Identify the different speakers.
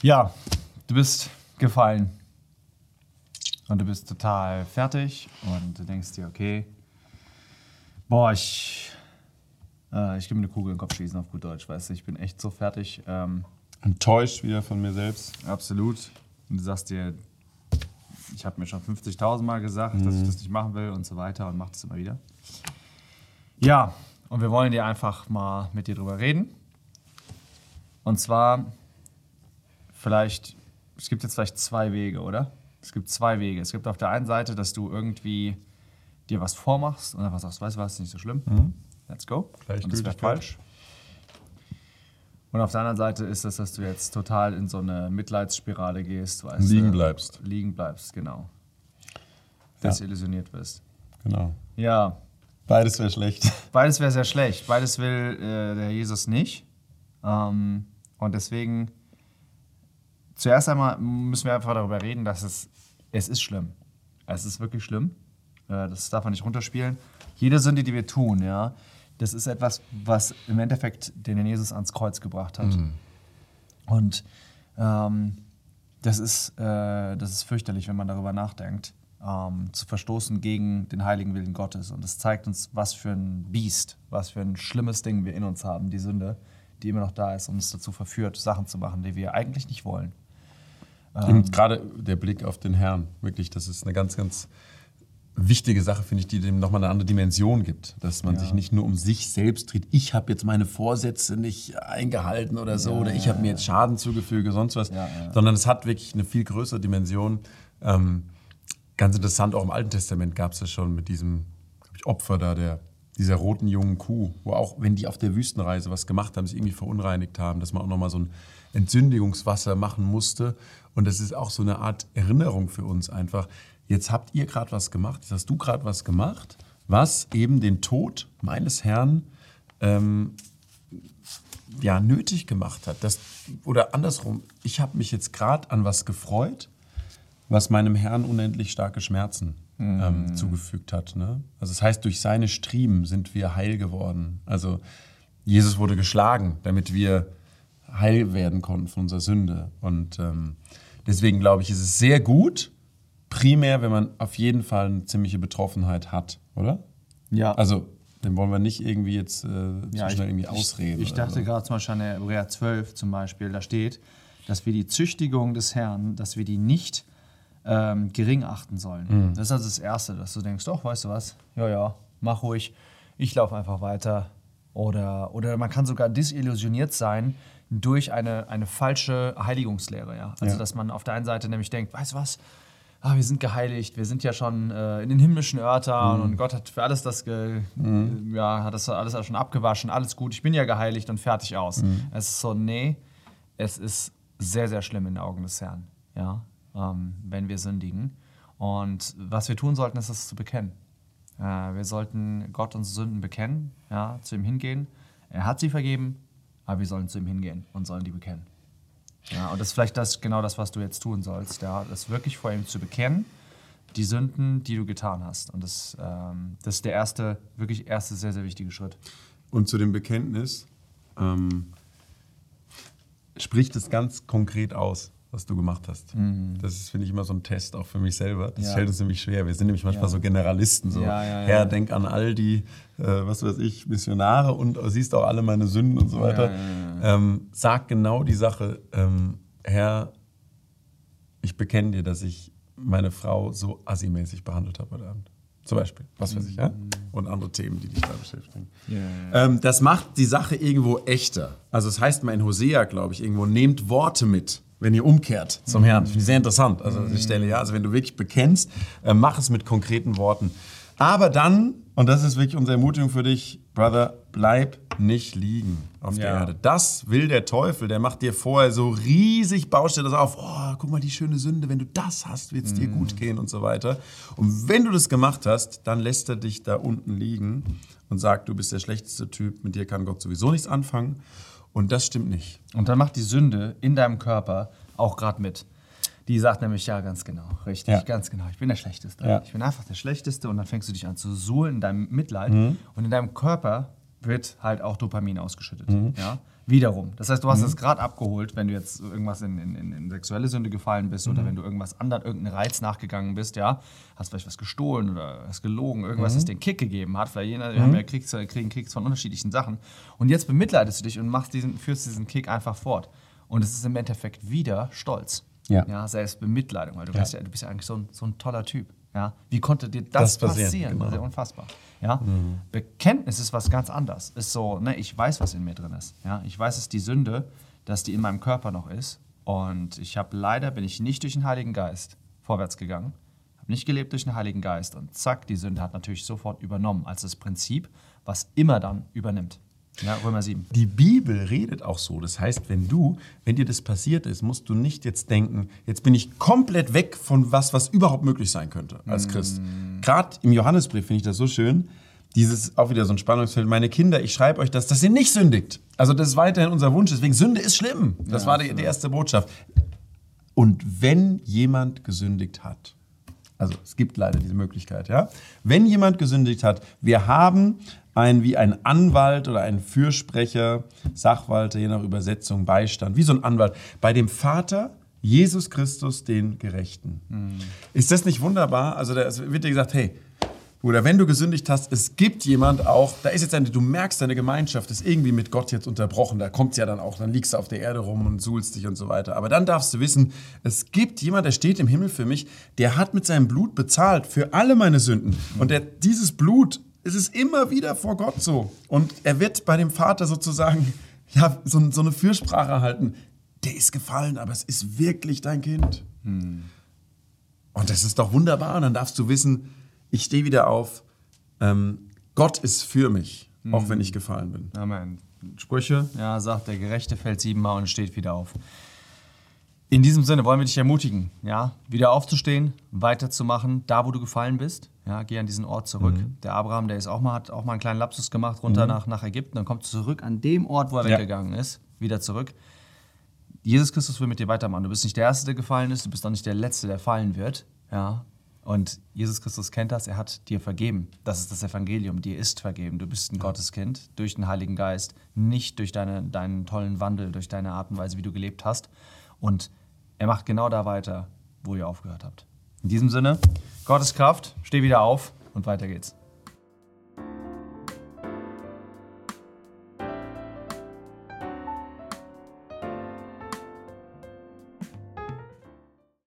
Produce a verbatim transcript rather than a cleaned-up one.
Speaker 1: Ja, du bist gefallen. Und du bist total fertig und du denkst dir, okay, boah, ich, äh, ich gebe mir eine Kugel in den Kopf schießen auf gut Deutsch, weißt du, ich bin echt so fertig. Ähm,
Speaker 2: Enttäuscht wieder von mir selbst.
Speaker 1: Absolut. Und du sagst dir, ich habe mir schon fünfzigtausend Mal gesagt,
Speaker 2: mhm.
Speaker 1: dass ich das nicht machen will und so weiter und mach das immer wieder. Ja, und wir wollen dir einfach mal mit dir drüber reden. Und zwar, vielleicht, es gibt jetzt vielleicht zwei Wege, oder? Es gibt zwei Wege. Es gibt auf der einen Seite, dass du irgendwie dir was vormachst und einfach sagst, weißt du was, ist nicht so schlimm. Mhm. Let's go. Und das wäre falsch. Und auf der anderen Seite ist es, dass du jetzt total in so eine Mitleidsspirale gehst. Weißt
Speaker 2: liegen
Speaker 1: du,
Speaker 2: bleibst.
Speaker 1: Liegen bleibst, genau. Desillusioniert ja. wirst.
Speaker 2: Genau.
Speaker 1: Ja.
Speaker 2: Beides wäre schlecht.
Speaker 1: Beides wäre sehr schlecht. Beides will äh, der Jesus nicht. Ähm, und deswegen, zuerst einmal müssen wir einfach darüber reden, dass es, es ist schlimm. Es ist wirklich schlimm. Äh, das darf man nicht runterspielen. Jede Sünde, die wir tun, ja, das ist etwas, was im Endeffekt den Jesus ans Kreuz gebracht hat. Mhm. Und ähm, das, ist, äh, das ist fürchterlich, wenn man darüber nachdenkt, ähm, zu verstoßen gegen den heiligen Willen Gottes. Und das zeigt uns, was für ein Biest, was für ein schlimmes Ding wir in uns haben, die Sünde, die immer noch da ist und uns dazu verführt, Sachen zu machen, die wir eigentlich nicht wollen.
Speaker 2: Ähm, Gerade der Blick auf den Herrn, wirklich, das ist eine ganz, ganz wichtige Sache, finde ich, die dem nochmal eine andere Dimension gibt. Dass man ja. sich nicht nur um sich selbst dreht, ich habe jetzt meine Vorsätze nicht eingehalten oder so, ja, oder ich habe mir jetzt Schaden zugefügt, sonst was, ja, ja. sondern es hat wirklich eine viel größere Dimension. Ähm, ganz interessant, auch im Alten Testament gab es ja schon mit diesem glaub ich, Opfer da, der, dieser roten jungen Kuh, wo auch, wenn die auf der Wüstenreise was gemacht haben, sich irgendwie verunreinigt haben, dass man auch nochmal so ein Entzündigungswasser machen musste. Und das ist auch so eine Art Erinnerung für uns einfach. Jetzt habt ihr gerade was gemacht, jetzt hast du gerade was gemacht, was eben den Tod meines Herrn ähm, ja, nötig gemacht hat. Das, oder andersrum, ich habe mich jetzt gerade an was gefreut, was meinem Herrn unendlich starke Schmerzen ähm, mm. zugefügt hat. Ne? Also das heißt, durch seine Striemen sind wir heil geworden. Also Jesus wurde geschlagen, damit wir heil werden konnten von unserer Sünde. Und ähm, deswegen glaube ich, ist es sehr gut, primär, wenn man auf jeden Fall eine ziemliche Betroffenheit hat, oder?
Speaker 1: Ja.
Speaker 2: Also, den wollen wir nicht irgendwie jetzt äh, zu
Speaker 1: ja,
Speaker 2: schnell
Speaker 1: ich,
Speaker 2: irgendwie ausreden.
Speaker 1: Ich, ich dachte so. gerade zum Beispiel an der Hebräer zwölf zum Beispiel, da steht, dass wir die Züchtigung des Herrn, dass wir die nicht ähm, gering achten sollen. Mhm. Das ist also das Erste, dass du denkst, doch, weißt du was, ja, ja, mach ruhig, ich laufe einfach weiter. Oder, oder man kann sogar desillusioniert sein durch eine, eine falsche Heiligungslehre. Ja? Also, ja. dass man auf der einen Seite nämlich denkt, weißt du was, ah, wir sind geheiligt, wir sind ja schon äh, in den himmlischen Örtern mhm. und Gott hat für alles das, ge, mhm. ja, hat das alles schon abgewaschen, alles gut, ich bin ja geheiligt und fertig aus. Mhm. Es ist so, nee, es ist sehr, sehr schlimm in den Augen des Herrn, ja, ähm, wenn wir sündigen. Und was wir tun sollten, ist es zu bekennen. Äh, wir sollten Gott unsere Sünden bekennen, ja, zu ihm hingehen. Er hat sie vergeben, aber wir sollen zu ihm hingehen und sollen die bekennen. Ja, und das ist vielleicht das, genau das, was du jetzt tun sollst, ja, das wirklich vor ihm zu bekennen, die Sünden, die du getan hast. Und das, ähm, das ist der erste, wirklich erste sehr, sehr wichtige Schritt.
Speaker 2: Und zu dem Bekenntnis ähm, spricht es ganz konkret aus, was du gemacht hast. Mhm. Das ist, finde ich, immer so ein Test auch für mich selber. Das ja. stellt uns nämlich schwer. Wir sind nämlich manchmal ja. so Generalisten. So. Ja, ja, ja. Herr, denk an all die, äh, was weiß ich, Missionare und siehst auch alle meine Sünden und so weiter. Ja, ja, ja. Ähm, sag genau die Sache, ähm, Herr, ich bekenne dir, dass ich meine Frau so assi-mäßig behandelt habe heute Abend. Zum Beispiel, was weiß ich, ja? Und andere Themen, die dich da beschäftigen. Yeah, yeah. Ähm, das macht die Sache irgendwo echter. Also es heißt mal in Hosea, glaube ich, irgendwo, nehmt Worte mit, wenn ihr umkehrt zum Herrn. Das finde ich sehr interessant. Also an der Stelle, ja, also wenn du wirklich bekennst, äh, mach es mit konkreten Worten. Aber dann, und das ist wirklich unsere Ermutigung für dich, Brother, bleib nicht liegen auf der ja. Erde. Das will der Teufel. Der macht dir vorher so riesig, baust dir das auf. Oh, guck mal, die schöne Sünde. Wenn du das hast, wird es mm. dir gut gehen und so weiter. Und wenn du das gemacht hast, dann lässt er dich da unten liegen und sagt, du bist der schlechteste Typ, mit dir kann Gott sowieso nichts anfangen. Und das stimmt nicht.
Speaker 1: Und dann macht die Sünde in deinem Körper auch gerade mit. Die sagt nämlich, ja, ganz genau, richtig, ja. ganz genau, ich bin der Schlechteste. Ja. Ich bin einfach der Schlechteste und dann fängst du dich an zu suhlen in deinem Mitleid mhm. und in deinem Körper wird halt auch Dopamin ausgeschüttet. Mhm. Ja? Wiederum. Das heißt, du hast
Speaker 2: Mhm.
Speaker 1: es gerade abgeholt, wenn du jetzt irgendwas in, in, in, in sexuelle Sünde gefallen bist oder wenn du irgendwas anderem, irgendeinen Reiz nachgegangen bist, ja, hast vielleicht was gestohlen oder hast gelogen, irgendwas,
Speaker 2: Mhm.
Speaker 1: das den Kick gegeben hat. Vielleicht jeder, wir haben ja Kriegs, kriegen Kicks von unterschiedlichen Sachen. Und jetzt bemitleidest du dich und machst diesen, führst diesen Kick einfach fort. Und es ist im Endeffekt wieder Stolz.
Speaker 2: Ja.
Speaker 1: Ja, Selbstbemitleidung, weil du,
Speaker 2: Ja.
Speaker 1: weißt ja, du bist ja eigentlich so ein, so ein toller Typ. Ja? Wie konnte dir das,
Speaker 2: Das passieren,
Speaker 1: passieren?
Speaker 2: genau.
Speaker 1: Das ist ja unfassbar. Ja? Bekenntnis ist was ganz anderes. Ist so, ne, ich weiß, was in mir drin ist. Ja? Ich weiß, es ist die Sünde, dass die in meinem Körper noch ist. Und ich habe leider, bin ich nicht durch den Heiligen Geist vorwärts gegangen, habe nicht gelebt durch den Heiligen Geist. Und zack, die Sünde hat natürlich sofort übernommen, als das Prinzip, was immer dann übernimmt. Ja, Römer sieben.
Speaker 2: Die Bibel redet auch so. Das heißt, wenn du, wenn dir das passiert ist, musst du nicht jetzt denken, jetzt bin ich komplett weg von was, was überhaupt möglich sein könnte als Christ. Gerade im Johannesbrief finde ich das so schön. Dieses, auch wieder so ein Spannungsfeld. Meine Kinder, ich schreibe euch das, dass ihr nicht sündigt. Also das ist weiterhin unser Wunsch. Deswegen, Sünde ist schlimm. Das
Speaker 1: Ja,
Speaker 2: war die, die erste Botschaft. Und wenn jemand gesündigt hat, also es gibt leider diese Möglichkeit, ja. Wenn jemand gesündigt hat, wir haben ein, wie ein Anwalt oder ein Fürsprecher, Sachwalter, je nach Übersetzung, Beistand, wie so ein Anwalt, bei dem Vater Jesus Christus, den Gerechten. Mhm. Ist das nicht wunderbar? Also da wird dir gesagt, hey, oder wenn du gesündigt hast, es gibt jemand auch, da ist jetzt eine, du merkst, deine Gemeinschaft ist irgendwie mit Gott jetzt unterbrochen, da kommt es ja dann auch, dann liegst du auf der Erde rum und suhlst dich und so weiter. Aber dann darfst du wissen, es gibt jemand, der steht im Himmel für mich, der hat mit seinem Blut bezahlt für alle meine Sünden. Und der, dieses Blut, es ist immer wieder vor Gott so. Und er wird bei dem Vater sozusagen ja, so, so eine Fürsprache halten. Der ist gefallen, aber es ist wirklich dein Kind. Hm. Und das ist doch wunderbar. Und dann darfst du wissen, ich stehe wieder auf. Ähm, Gott ist für mich, auch mhm. wenn ich gefallen bin.
Speaker 1: Amen. Sprüche, ja, sagt, der Gerechte fällt siebenmal und steht wieder auf. In diesem Sinne wollen wir dich ermutigen, ja, wieder aufzustehen, weiterzumachen, da wo du gefallen bist. Ja, geh an diesen Ort zurück. Mhm. Der Abraham, der ist auch mal, hat auch mal einen kleinen Lapsus gemacht, runter mhm. nach, nach Ägypten, dann kommt zurück an dem Ort, wo er ja. weggegangen ist, wieder zurück. Jesus Christus will mit dir weitermachen. Du bist nicht der Erste, der gefallen ist, du bist auch nicht der Letzte, der fallen wird. Ja. Und Jesus Christus kennt das, er hat dir vergeben. Das ist das Evangelium, dir ist vergeben. Du bist ein Gotteskind durch den Heiligen Geist, nicht durch deine, deinen tollen Wandel, durch deine Art und Weise, wie du gelebt hast. Und er macht genau da weiter, wo ihr aufgehört habt. In diesem Sinne, Gottes Kraft, steh wieder auf und weiter geht's.